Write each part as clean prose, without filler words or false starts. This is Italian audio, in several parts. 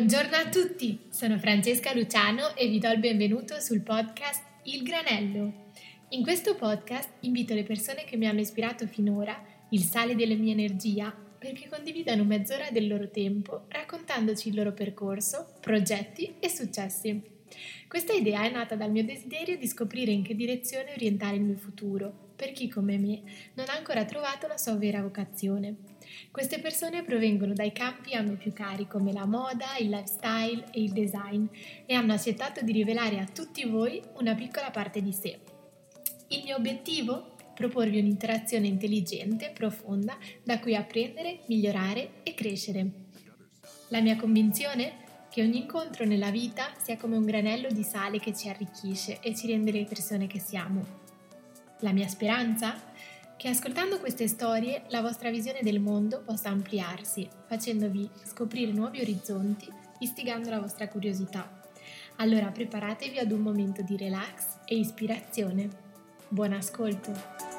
Buongiorno a tutti, sono Francesca Luciano e vi do il benvenuto sul podcast Il Granello. In questo podcast invito le persone che mi hanno ispirato finora, il sale della mia energia, perché condividano mezz'ora del loro tempo raccontandoci il loro percorso, progetti e successi. Questa idea è nata dal mio desiderio di scoprire in che direzione orientare il mio futuro, per chi come me non ha ancora trovato la sua vera vocazione. Queste persone provengono dai campi a me più cari come la moda, il lifestyle e il design e hanno accettato di rivelare a tutti voi una piccola parte di sé. Il mio obiettivo? Proporvi un'interazione intelligente, profonda, da cui apprendere, migliorare e crescere. La mia convinzione? Che ogni incontro nella vita sia come un granello di sale che ci arricchisce e ci rende le persone che siamo. La mia speranza? Che ascoltando queste storie la vostra visione del mondo possa ampliarsi, facendovi scoprire nuovi orizzonti, istigando la vostra curiosità. Allora preparatevi ad un momento di relax e ispirazione. Buon ascolto!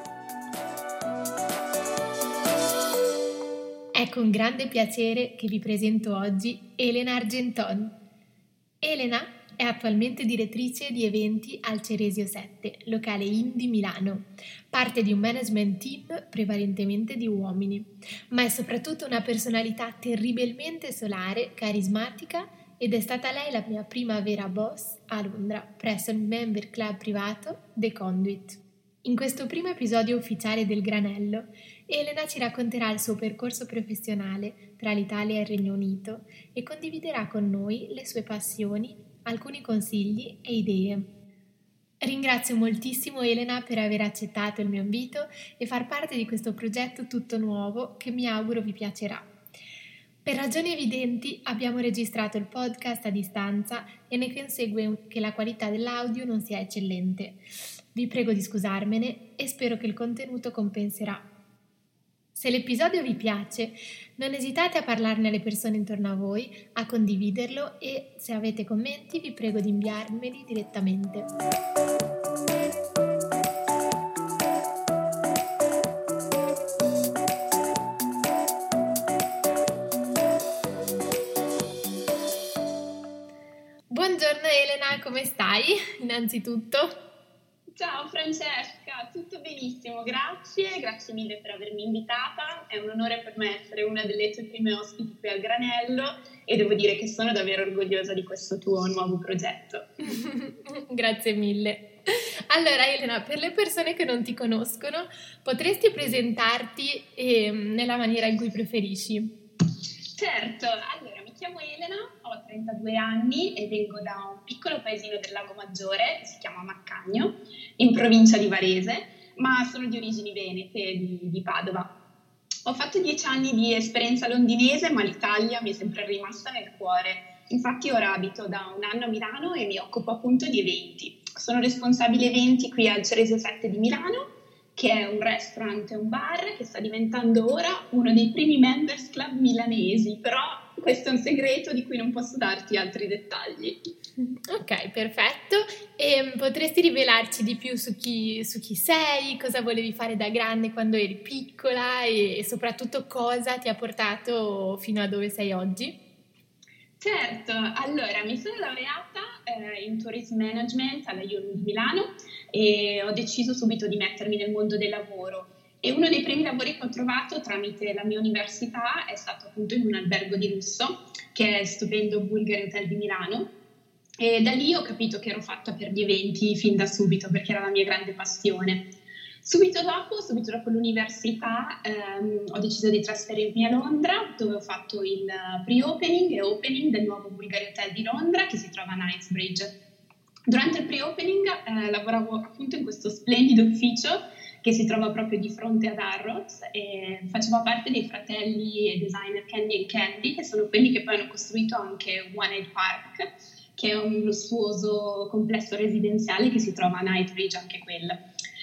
È con grande piacere che vi presento oggi Elena Argenton. Elena è attualmente direttrice di eventi al Ceresio 7, locale Indie Milano. Parte di un management team prevalentemente di uomini, ma è soprattutto una personalità terribilmente solare, carismatica ed è stata lei la mia prima vera boss a Londra, presso il member club privato The Conduit. In questo primo episodio ufficiale del Granello, Elena ci racconterà il suo percorso professionale tra l'Italia e il Regno Unito e condividerà con noi le sue passioni, alcuni consigli e idee. Ringrazio moltissimo Elena per aver accettato il mio invito e far parte di questo progetto tutto nuovo che mi auguro vi piacerà. Per ragioni evidenti abbiamo registrato il podcast a distanza e ne consegue che la qualità dell'audio non sia eccellente. Vi prego di scusarmene e spero che il contenuto compenserà. Se l'episodio vi piace, non esitate a parlarne alle persone intorno a voi, a condividerlo e se avete commenti vi prego di inviarmeli direttamente. Buongiorno Elena, come stai? Innanzitutto. Ciao Francesca, tutto benissimo, grazie mille per avermi invitata, è un onore per me essere una delle tue prime ospiti qui al Granello e devo dire che sono davvero orgogliosa di questo tuo nuovo progetto. Grazie mille. Allora Elena, per le persone che non ti conoscono, potresti presentarti nella maniera in cui preferisci? Certo, allora mi chiamo Elena, ho 32 anni e vengo da un piccolo paesino del Lago Maggiore che si chiama Maccagno, in provincia di Varese, ma sono di origini venete, di Padova. Ho fatto 10 anni di esperienza londinese, ma l'Italia mi è sempre rimasta nel cuore. Infatti ora abito da un anno a Milano e mi occupo appunto di eventi. Sono responsabile eventi qui al Ceresio 7 di Milano, che è un restaurant e un bar che sta diventando ora uno dei primi members club milanesi, però questo è un segreto di cui non posso darti altri dettagli. Ok, perfetto. E potresti rivelarci di più su chi sei, cosa volevi fare da grande quando eri piccola e soprattutto cosa ti ha portato fino a dove sei oggi? Certo, allora mi sono laureata in Tourism Management alla UNI di Milano e ho deciso subito di mettermi nel mondo del lavoro e uno dei primi lavori che ho trovato tramite la mia università è stato appunto in un albergo di lusso che è il stupendo Bulgari Hotel di Milano e da lì ho capito che ero fatta per gli eventi fin da subito perché era la mia grande passione. Subito dopo l'università ho deciso di trasferirmi a Londra dove ho fatto il pre-opening e opening del nuovo Bulgari Hotel di Londra che si trova a Knightsbridge. Durante il pre-opening lavoravo appunto in questo splendido ufficio che si trova proprio di fronte ad Harrods e facevo parte dei fratelli e designer Candy & Candy che sono quelli che poi hanno costruito anche One Head Park che è un lussuoso complesso residenziale che si trova a Knightsbridge anche quello.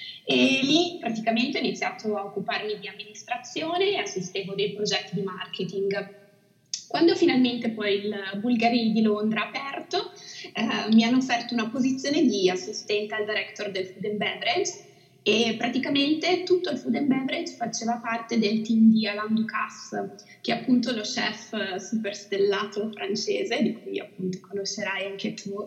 E lì praticamente ho iniziato a occuparmi di amministrazione e assistevo dei progetti di marketing. Quando finalmente poi il Bulgari di Londra ha aperto, mi hanno offerto una posizione di assistente al director del food and beverage e praticamente tutto il food and beverage faceva parte del team di Alain Ducasse, che è appunto lo chef super stellato francese, di cui appunto conoscerai anche tu.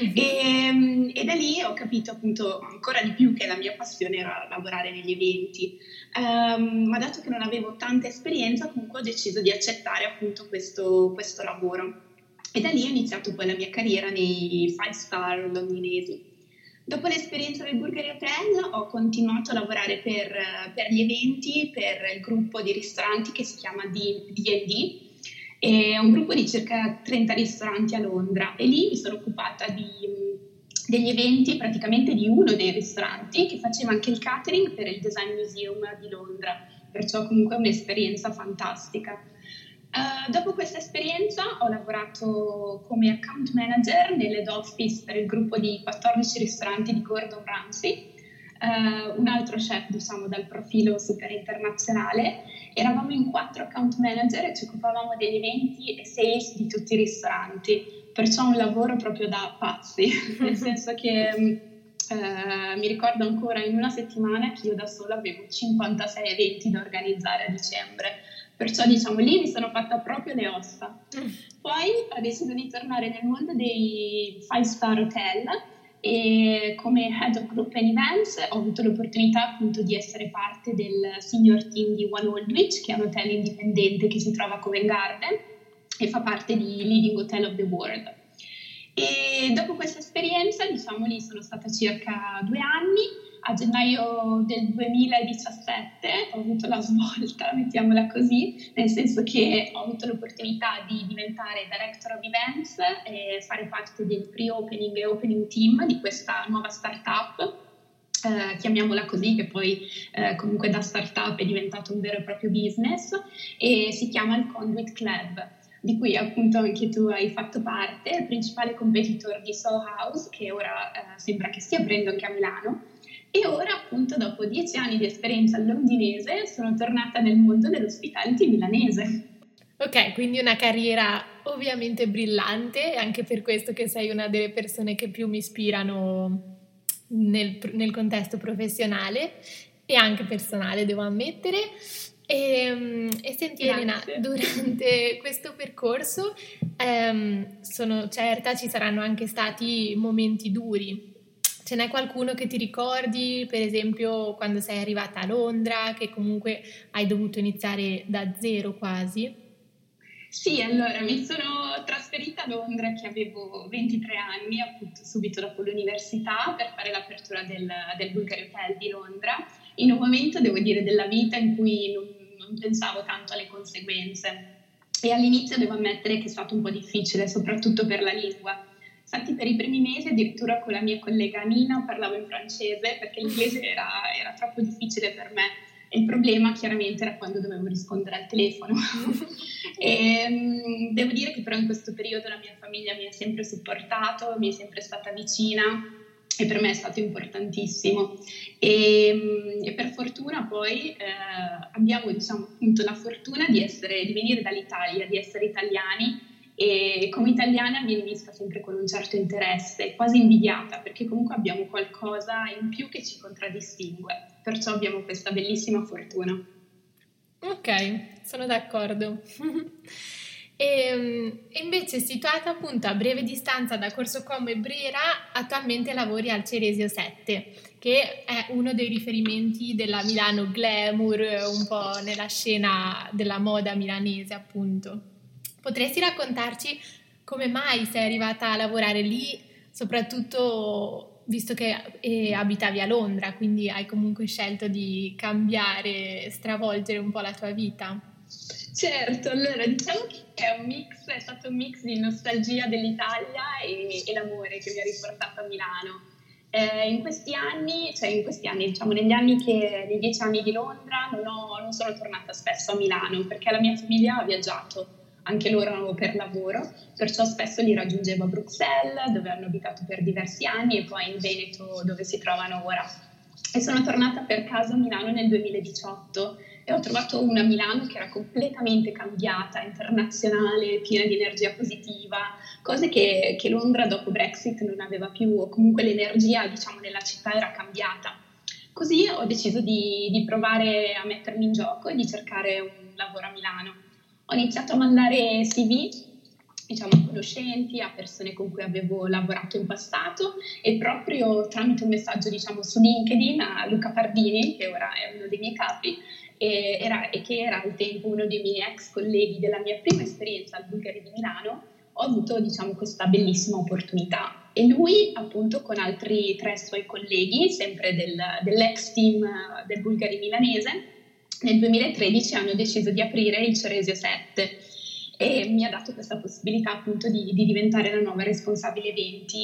E da lì ho capito appunto ancora di più che la mia passione era lavorare negli eventi. Ma dato che non avevo tanta esperienza, comunque ho deciso di accettare appunto questo lavoro. E da lì ho iniziato poi la mia carriera nei 5-star londinesi. Dopo l'esperienza del Bulgari Hotel ho continuato a lavorare per gli eventi, per il gruppo di ristoranti che si chiama D&D, è un gruppo di circa 30 ristoranti a Londra, e lì mi sono occupata degli eventi praticamente di uno dei ristoranti che faceva anche il catering per il Design Museum di Londra, perciò comunque un'esperienza fantastica. Dopo questa esperienza ho lavorato come account manager nell'head office per il gruppo di 14 ristoranti di Gordon Ramsay, un altro chef diciamo dal profilo super internazionale. Eravamo in 4 account manager e ci occupavamo degli eventi e sales di tutti i ristoranti, perciò un lavoro proprio da pazzi, nel senso che mi ricordo ancora in una settimana che io da sola avevo 56 eventi da organizzare a dicembre. Perciò diciamo lì mi sono fatta proprio le ossa. Poi ho deciso di tornare nel mondo dei 5-star hotel e come Head of Group and Events ho avuto l'opportunità appunto di essere parte del senior team di One Aldwych, che è un hotel indipendente che si trova a Covent Garden e fa parte di Leading Hotel of the World. E dopo questa esperienza, diciamo lì sono stata circa 2 anni. A gennaio del 2017 ho avuto la svolta, mettiamola così, nel senso che ho avuto l'opportunità di diventare Director of Events e fare parte del pre-opening e opening team di questa nuova startup, chiamiamola così, che poi comunque da startup è diventato un vero e proprio business, e si chiama il Conduit Club, di cui appunto anche tu hai fatto parte, il principale competitor di Soho House, che ora sembra che stia aprendo anche a Milano. E ora, appunto, dopo 10 anni di esperienza londinese, sono tornata nel mondo dell'hospitality milanese. Ok, quindi una carriera ovviamente brillante, anche per questo che sei una delle persone che più mi ispirano nel contesto professionale e anche personale, devo ammettere. E senti, Elena, durante questo percorso sono certa ci saranno anche stati momenti duri. Ce n'è qualcuno che ti ricordi, per esempio quando sei arrivata a Londra, che comunque hai dovuto iniziare da zero quasi? Sì, allora mi sono trasferita a Londra che avevo 23 anni, appunto subito dopo l'università, per fare l'apertura del Bulgari Hotel di Londra, in un momento, devo dire, della vita in cui non pensavo tanto alle conseguenze. E all'inizio devo ammettere che è stato un po' difficile, soprattutto per la lingua. Infatti per i primi mesi addirittura con la mia collega Nina parlavo in francese perché l'inglese era troppo difficile per me, e il problema chiaramente era quando dovevo rispondere al telefono. E devo dire che però in questo periodo la mia famiglia mi ha sempre supportato, mi è sempre stata vicina e per me è stato importantissimo. E per fortuna poi abbiamo, diciamo, appunto la fortuna di venire dall'Italia, di essere italiani, e come italiana viene vista sempre con un certo interesse, quasi invidiata, perché comunque abbiamo qualcosa in più che ci contraddistingue, perciò abbiamo questa bellissima fortuna. Ok, sono d'accordo. E invece, situata appunto a breve distanza da Corso Como e Brera, attualmente lavori al Ceresio 7, che è uno dei riferimenti della Milano glamour, un po' nella scena della moda milanese appunto. Potresti raccontarci come mai sei arrivata a lavorare lì, soprattutto visto che abitavi a Londra, quindi hai comunque scelto di cambiare, stravolgere un po' la tua vita? Certo, allora diciamo che è stato un mix di nostalgia dell'Italia e l'amore che mi ha riportato a Milano. In questi anni, diciamo nei 10 anni di Londra, non sono tornata spesso a Milano perché la mia famiglia ha viaggiato, anche loro per lavoro, perciò spesso li raggiungevo a Bruxelles, dove hanno abitato per diversi anni, e poi in Veneto, dove si trovano ora. E sono tornata per caso a Milano nel 2018 e ho trovato una Milano che era completamente cambiata, internazionale, piena di energia positiva, cose che Londra dopo Brexit non aveva più, o comunque l'energia, diciamo, nella città era cambiata. Così ho deciso di provare a mettermi in gioco e di cercare un lavoro a Milano. Ho iniziato a mandare CV, diciamo, a conoscenti, a persone con cui avevo lavorato in passato, e proprio tramite un messaggio, diciamo, su LinkedIn a Luca Pardini, che ora è uno dei miei capi, e che era al tempo uno dei miei ex colleghi della mia prima esperienza al Bulgari di Milano, ho avuto, diciamo, questa bellissima opportunità. E lui, appunto, con altri 3 suoi colleghi, sempre dell'ex team del Bulgari milanese, nel 2013 hanno deciso di aprire il Ceresio 7 e mi ha dato questa possibilità, appunto, di diventare la nuova responsabile eventi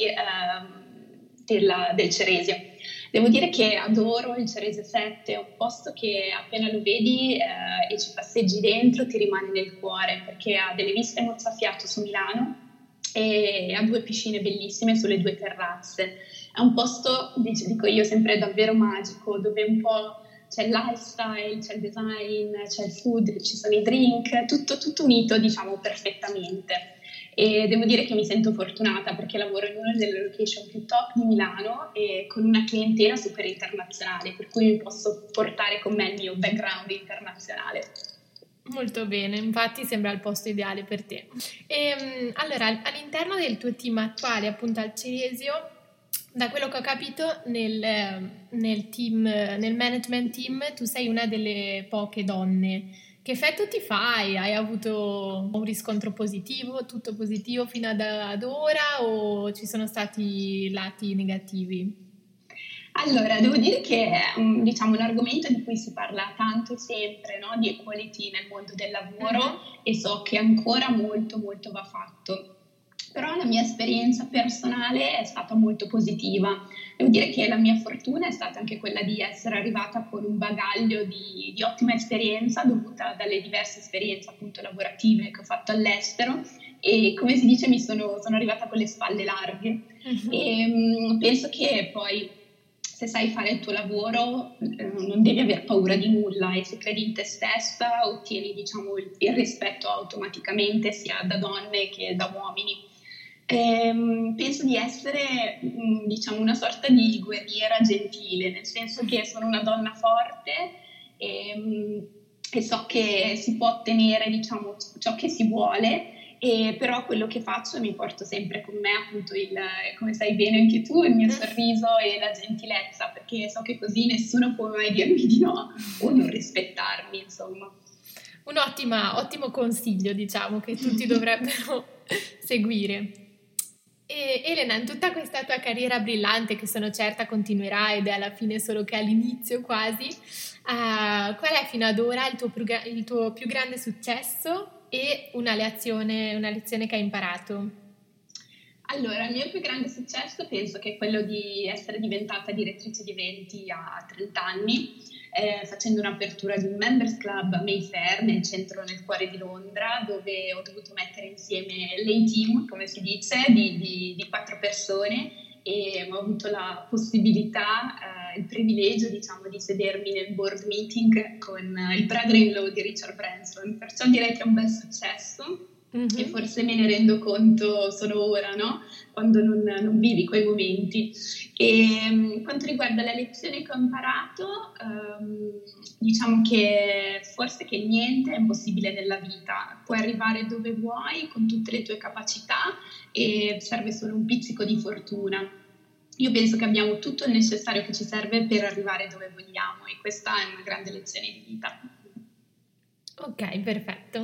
del Ceresio. Devo dire che adoro il Ceresio 7, è un posto che appena lo vedi e ci passeggi dentro ti rimane nel cuore, perché ha delle viste mozzafiato su Milano e ha 2 piscine bellissime sulle 2 terrazze. È un posto, dico io, sempre davvero magico, dove un po' c'è il lifestyle, c'è il design, c'è il food, ci sono i drink, tutto unito, diciamo, perfettamente. E devo dire che mi sento fortunata perché lavoro in una delle location più top di Milano e con una clientela super internazionale, per cui mi posso portare con me il mio background internazionale. Molto bene, infatti sembra il posto ideale per te. Allora, all'interno del tuo team attuale, appunto al Ceresio, da quello che ho capito, nel management team, tu sei una delle poche donne. Che effetto ti fai? Hai avuto un riscontro positivo, tutto positivo fino ad ora, o ci sono stati lati negativi? Allora, devo dire che è diciamo, un argomento di cui si parla tanto sempre, no? Di equality nel mondo del lavoro, e so che ancora molto va fatto. Però la mia esperienza personale è stata molto positiva. Devo dire che la mia fortuna è stata anche quella di essere arrivata con un bagaglio di ottima esperienza dovuta dalle diverse esperienze, appunto, lavorative che ho fatto all'estero, e come si dice mi sono arrivata con le spalle larghe. E penso che poi, se sai fare il tuo lavoro, non devi aver paura di nulla, e se credi in te stessa ottieni, diciamo, il rispetto automaticamente, sia da donne che da uomini. Penso di essere, diciamo, una sorta di guerriera gentile, nel senso che sono una donna forte e so che si può ottenere, diciamo, ciò che si vuole. E però quello che faccio, mi porto sempre con me, appunto, come sai bene anche tu, il mio sorriso e la gentilezza, perché so che così nessuno può mai dirmi di no o non rispettarmi, insomma. Un ottimo consiglio, diciamo, che tutti dovrebbero seguire. E Elena, in tutta questa tua carriera brillante, che sono certa continuerà ed è alla fine solo che all'inizio quasi, qual è fino ad ora il tuo più grande successo e una lezione che hai imparato? Allora, il mio più grande successo penso che è quello di essere diventata direttrice di eventi a 30 anni, facendo un'apertura di un members club a Mayfair, nel cuore di Londra, dove ho dovuto mettere insieme l'A-team, come si dice, di 4 persone, e ho avuto la possibilità, il privilegio, diciamo, di sedermi nel board meeting con il brother-in-law di Richard Branson, perciò direi che è un bel successo. E forse me ne rendo conto solo ora, no? Quando non vivi quei momenti. E quanto riguarda la lezione che ho imparato, diciamo che forse che niente è impossibile nella vita, puoi arrivare dove vuoi con tutte le tue capacità e serve solo un pizzico di fortuna. Io penso che abbiamo tutto il necessario che ci serve per arrivare dove vogliamo, e questa è una grande lezione di vita. Ok, perfetto.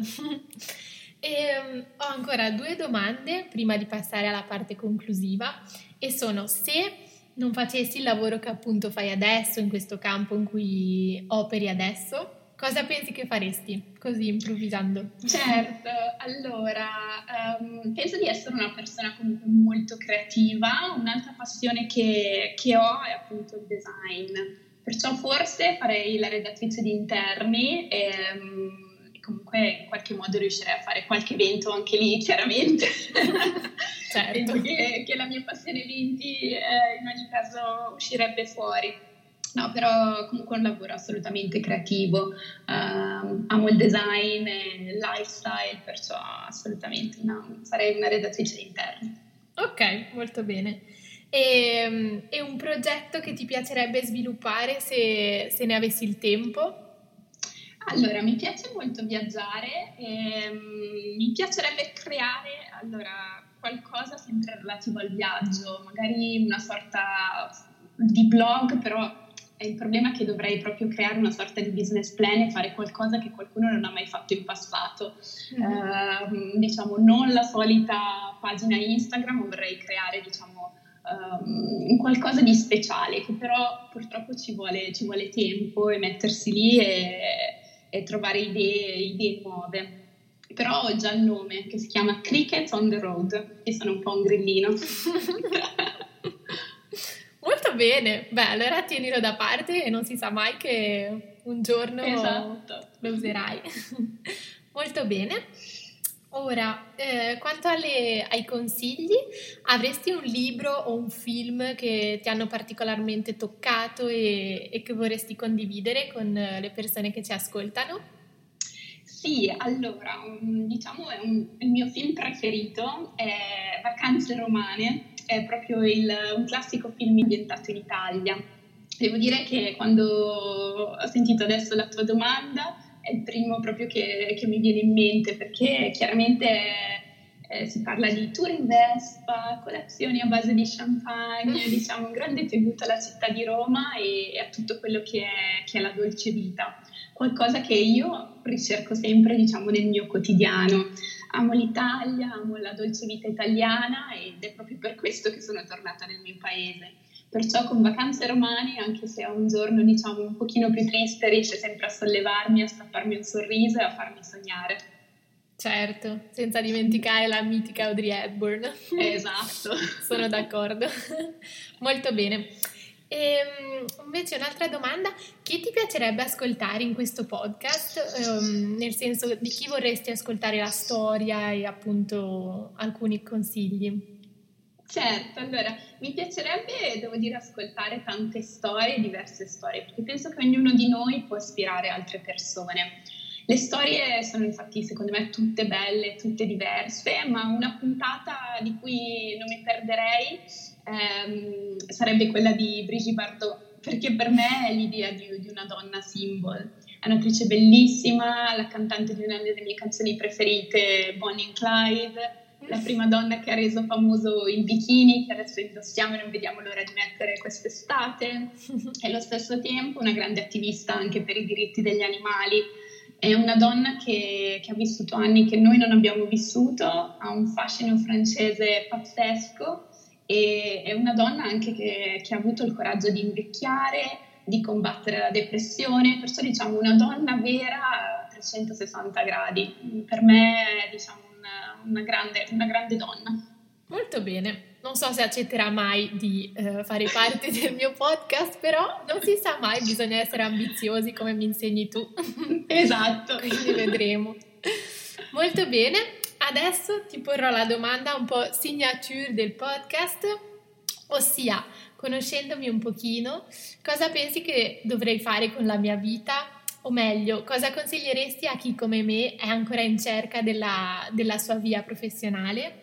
E ho ancora 2 domande prima di passare alla parte conclusiva, e sono: se non facessi il lavoro che appunto fai adesso, in questo campo in cui operi adesso, cosa pensi che faresti, così improvvisando? Certo, allora, penso di essere una persona comunque molto creativa. Un'altra passione che ho è appunto il design, perciò forse farei la redattrice di interni e comunque in qualche modo riuscirei a fare qualche evento anche lì, chiaramente. Certo. Penso che la mia passione eventi in ogni caso uscirebbe fuori. No, però comunque è un lavoro assolutamente creativo, amo il design e il lifestyle, perciò assolutamente sarei una redattrice di interni. Ok, molto bene. E un progetto che ti piacerebbe sviluppare se ne avessi il tempo? Allora, mi piace molto viaggiare, mi piacerebbe creare qualcosa sempre relativo al viaggio, magari una sorta di blog, però il problema è che dovrei proprio creare una sorta di business plan e fare qualcosa che qualcuno non ha mai fatto in passato. Diciamo, non la solita pagina Instagram, ma vorrei creare, diciamo, qualcosa di speciale, che però purtroppo ci vuole tempo e mettersi lì e trovare idee nuove. Però ho già il nome, che si chiama Cricket on the Road, e sono un po' un grillino. Molto bene, beh, allora tienilo da parte e non si sa mai che un giorno Esatto. lo userai. Molto bene. Ora, quanto ai consigli, avresti un libro o un film che ti hanno particolarmente toccato e che vorresti condividere con le persone che ci ascoltano? Sì, allora, diciamo il mio film preferito è Vacanze Romane, è proprio un classico film ambientato in Italia. Devo dire che quando ho sentito adesso la tua domanda è il primo proprio che mi viene in mente, perché chiaramente si parla di tour in Vespa, colazioni a base di champagne, diciamo un grande tributo alla città di Roma e a tutto quello che è la dolce vita. Qualcosa che io ricerco sempre, diciamo, nel mio quotidiano. Amo l'Italia, amo la dolce vita italiana ed è proprio per questo che sono tornata nel mio paese. Perciò con Vacanze Romane, anche se ho un giorno, diciamo, un pochino più triste, riesce sempre a sollevarmi, a strapparmi un sorriso e a farmi sognare. Certo, senza dimenticare la mitica Audrey Hepburn. Esatto. Sono d'accordo. Molto bene. E invece un'altra domanda, chi ti piacerebbe ascoltare in questo podcast? Nel senso, di chi vorresti ascoltare la storia e appunto alcuni consigli? Certo, allora mi piacerebbe, devo dire, ascoltare tante storie, diverse storie, perché penso che ognuno di noi può ispirare altre persone. Le storie sono infatti secondo me tutte belle, tutte diverse, ma una puntata di cui non mi perderei sarebbe quella di Brigitte Bardot, perché per me è l'idea di una donna symbol. È un'attrice bellissima, la cantante di una delle mie canzoni preferite, Bonnie and Clyde, la prima donna che ha reso famoso il bikini, che adesso indossiamo e non vediamo l'ora di mettere quest'estate, e allo stesso tempo una grande attivista anche per i diritti degli animali. È una donna che ha vissuto anni che noi non abbiamo vissuto, ha un fascino francese pazzesco e è una donna anche che ha avuto il coraggio di invecchiare, di combattere la depressione, perciò diciamo una donna vera a 360 gradi. Per me è diciamo una grande donna. Molto bene. Non so se accetterà mai di fare parte del mio podcast, però non si sa mai, bisogna essere ambiziosi come mi insegni tu. Esatto. Quindi vedremo. Molto bene, adesso ti porrò la domanda un po' signature del podcast, ossia, conoscendomi un pochino, cosa pensi che dovrei fare con la mia vita? O meglio, cosa consiglieresti a chi come me è ancora in cerca della sua via professionale?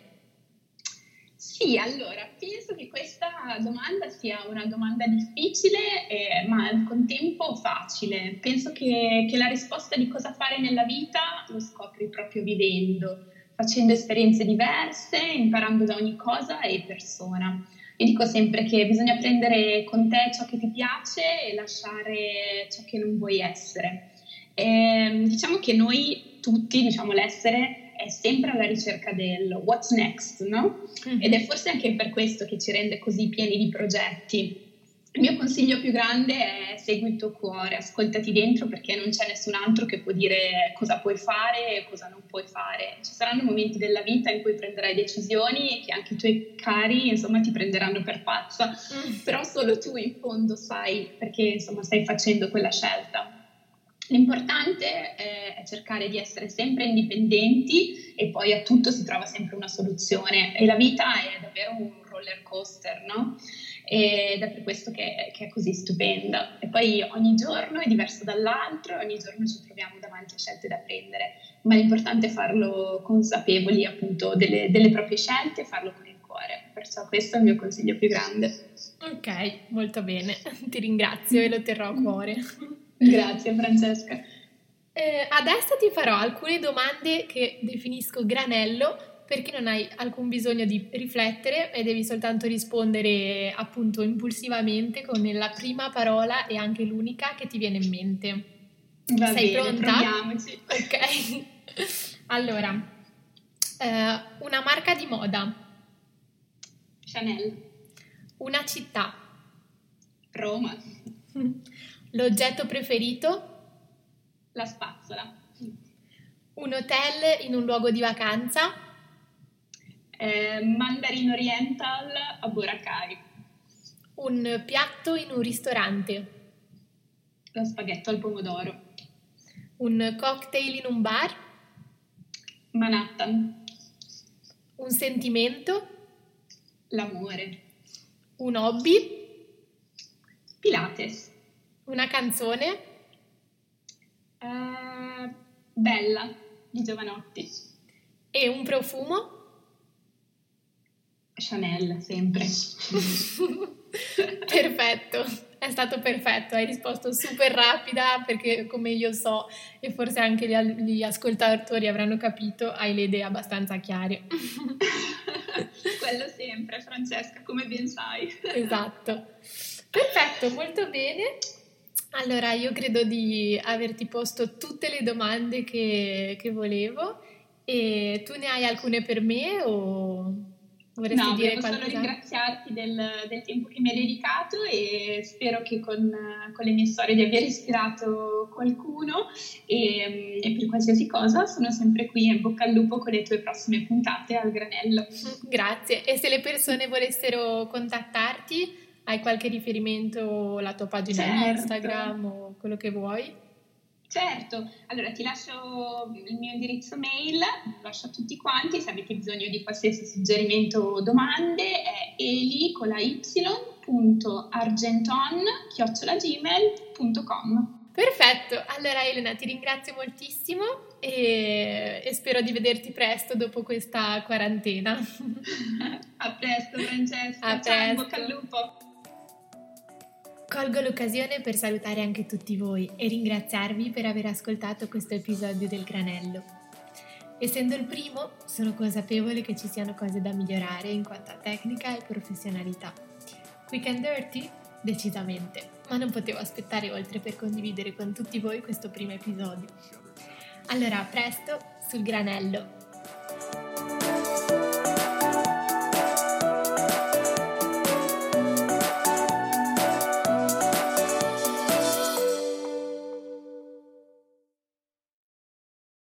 Sì, allora, penso che questa domanda sia una domanda difficile, ma al contempo facile. Penso che la risposta di cosa fare nella vita lo scopri proprio vivendo, facendo esperienze diverse, imparando da ogni cosa e persona. Io dico sempre che bisogna prendere con te ciò che ti piace e lasciare ciò che non vuoi essere. Diciamo che noi tutti, diciamo l'essere, è sempre alla ricerca del what's next, no? Ed è forse anche per questo che ci rende così pieni di progetti. Il mio consiglio più grande è segui il tuo cuore, ascoltati dentro perché non c'è nessun altro che può dire cosa puoi fare e cosa non puoi fare. Ci saranno momenti della vita in cui prenderai decisioni che anche i tuoi cari, insomma, ti prenderanno per pazza, però solo tu in fondo sai perché, insomma, stai facendo quella scelta. L'importante è cercare di essere sempre indipendenti e poi a tutto si trova sempre una soluzione e la vita è davvero un roller coaster, no? Ed è per questo che è così stupenda. E poi ogni giorno è diverso dall'altro, ogni giorno ci troviamo davanti a scelte da prendere, ma l'importante è farlo consapevoli appunto delle proprie scelte e farlo con il cuore. perciò questo è il mio consiglio più grande. Ok, molto bene, ti ringrazio e lo terrò a cuore. Grazie Francesca. Adesso ti farò alcune domande che definisco granello, perché non hai alcun bisogno di riflettere e devi soltanto rispondere appunto impulsivamente con la prima parola e anche l'unica che ti viene in mente. Va Sei bene, pronta? proviamoci. Ok. Allora, una marca di moda, Chanel. una città, Roma. l'oggetto preferito, La spazzola. un hotel in un luogo di vacanza, Mandarin Oriental a Boracay. un piatto in un ristorante, Lo spaghetto al pomodoro. un cocktail in un bar, Manhattan. un sentimento, L'amore. un hobby, Pilates. una canzone, Bella di Giovanotti. e un profumo. Chanel, sempre. Perfetto, è stato perfetto, hai risposto super rapida perché come io so e forse anche gli ascoltatori avranno capito, hai le idee abbastanza chiare. Quello sempre, Francesca, come ben sai. Esatto. Perfetto, molto bene. Allora, io credo di averti posto tutte le domande che volevo e tu ne hai alcune per me o vorresti dire Volevo solo qualcosa? ringraziarti del tempo che mi hai dedicato e spero che con le mie storie di aver ispirato qualcuno e per qualsiasi cosa sono sempre qui, in bocca al lupo con le tue prossime puntate al Granello. Grazie. E se le persone volessero contattarti, hai qualche riferimento, la tua pagina Instagram o quello che vuoi? Certo, allora ti lascio il mio indirizzo mail, lo lascio a tutti quanti, se avete bisogno di qualsiasi suggerimento o domande è eli@argenton@gmail.com. Perfetto, allora Elena ti ringrazio moltissimo e spero di vederti presto dopo questa quarantena. A presto Francesca, A ciao, in presto. bocca al lupo! Colgo l'occasione per salutare anche tutti voi e ringraziarvi per aver ascoltato questo episodio del Granello. Essendo il primo, sono consapevole che ci siano cose da migliorare in quanto a tecnica e professionalità. Quick and dirty? Decisamente, ma non potevo aspettare oltre per condividere con tutti voi questo primo episodio. Allora, a presto sul Granello!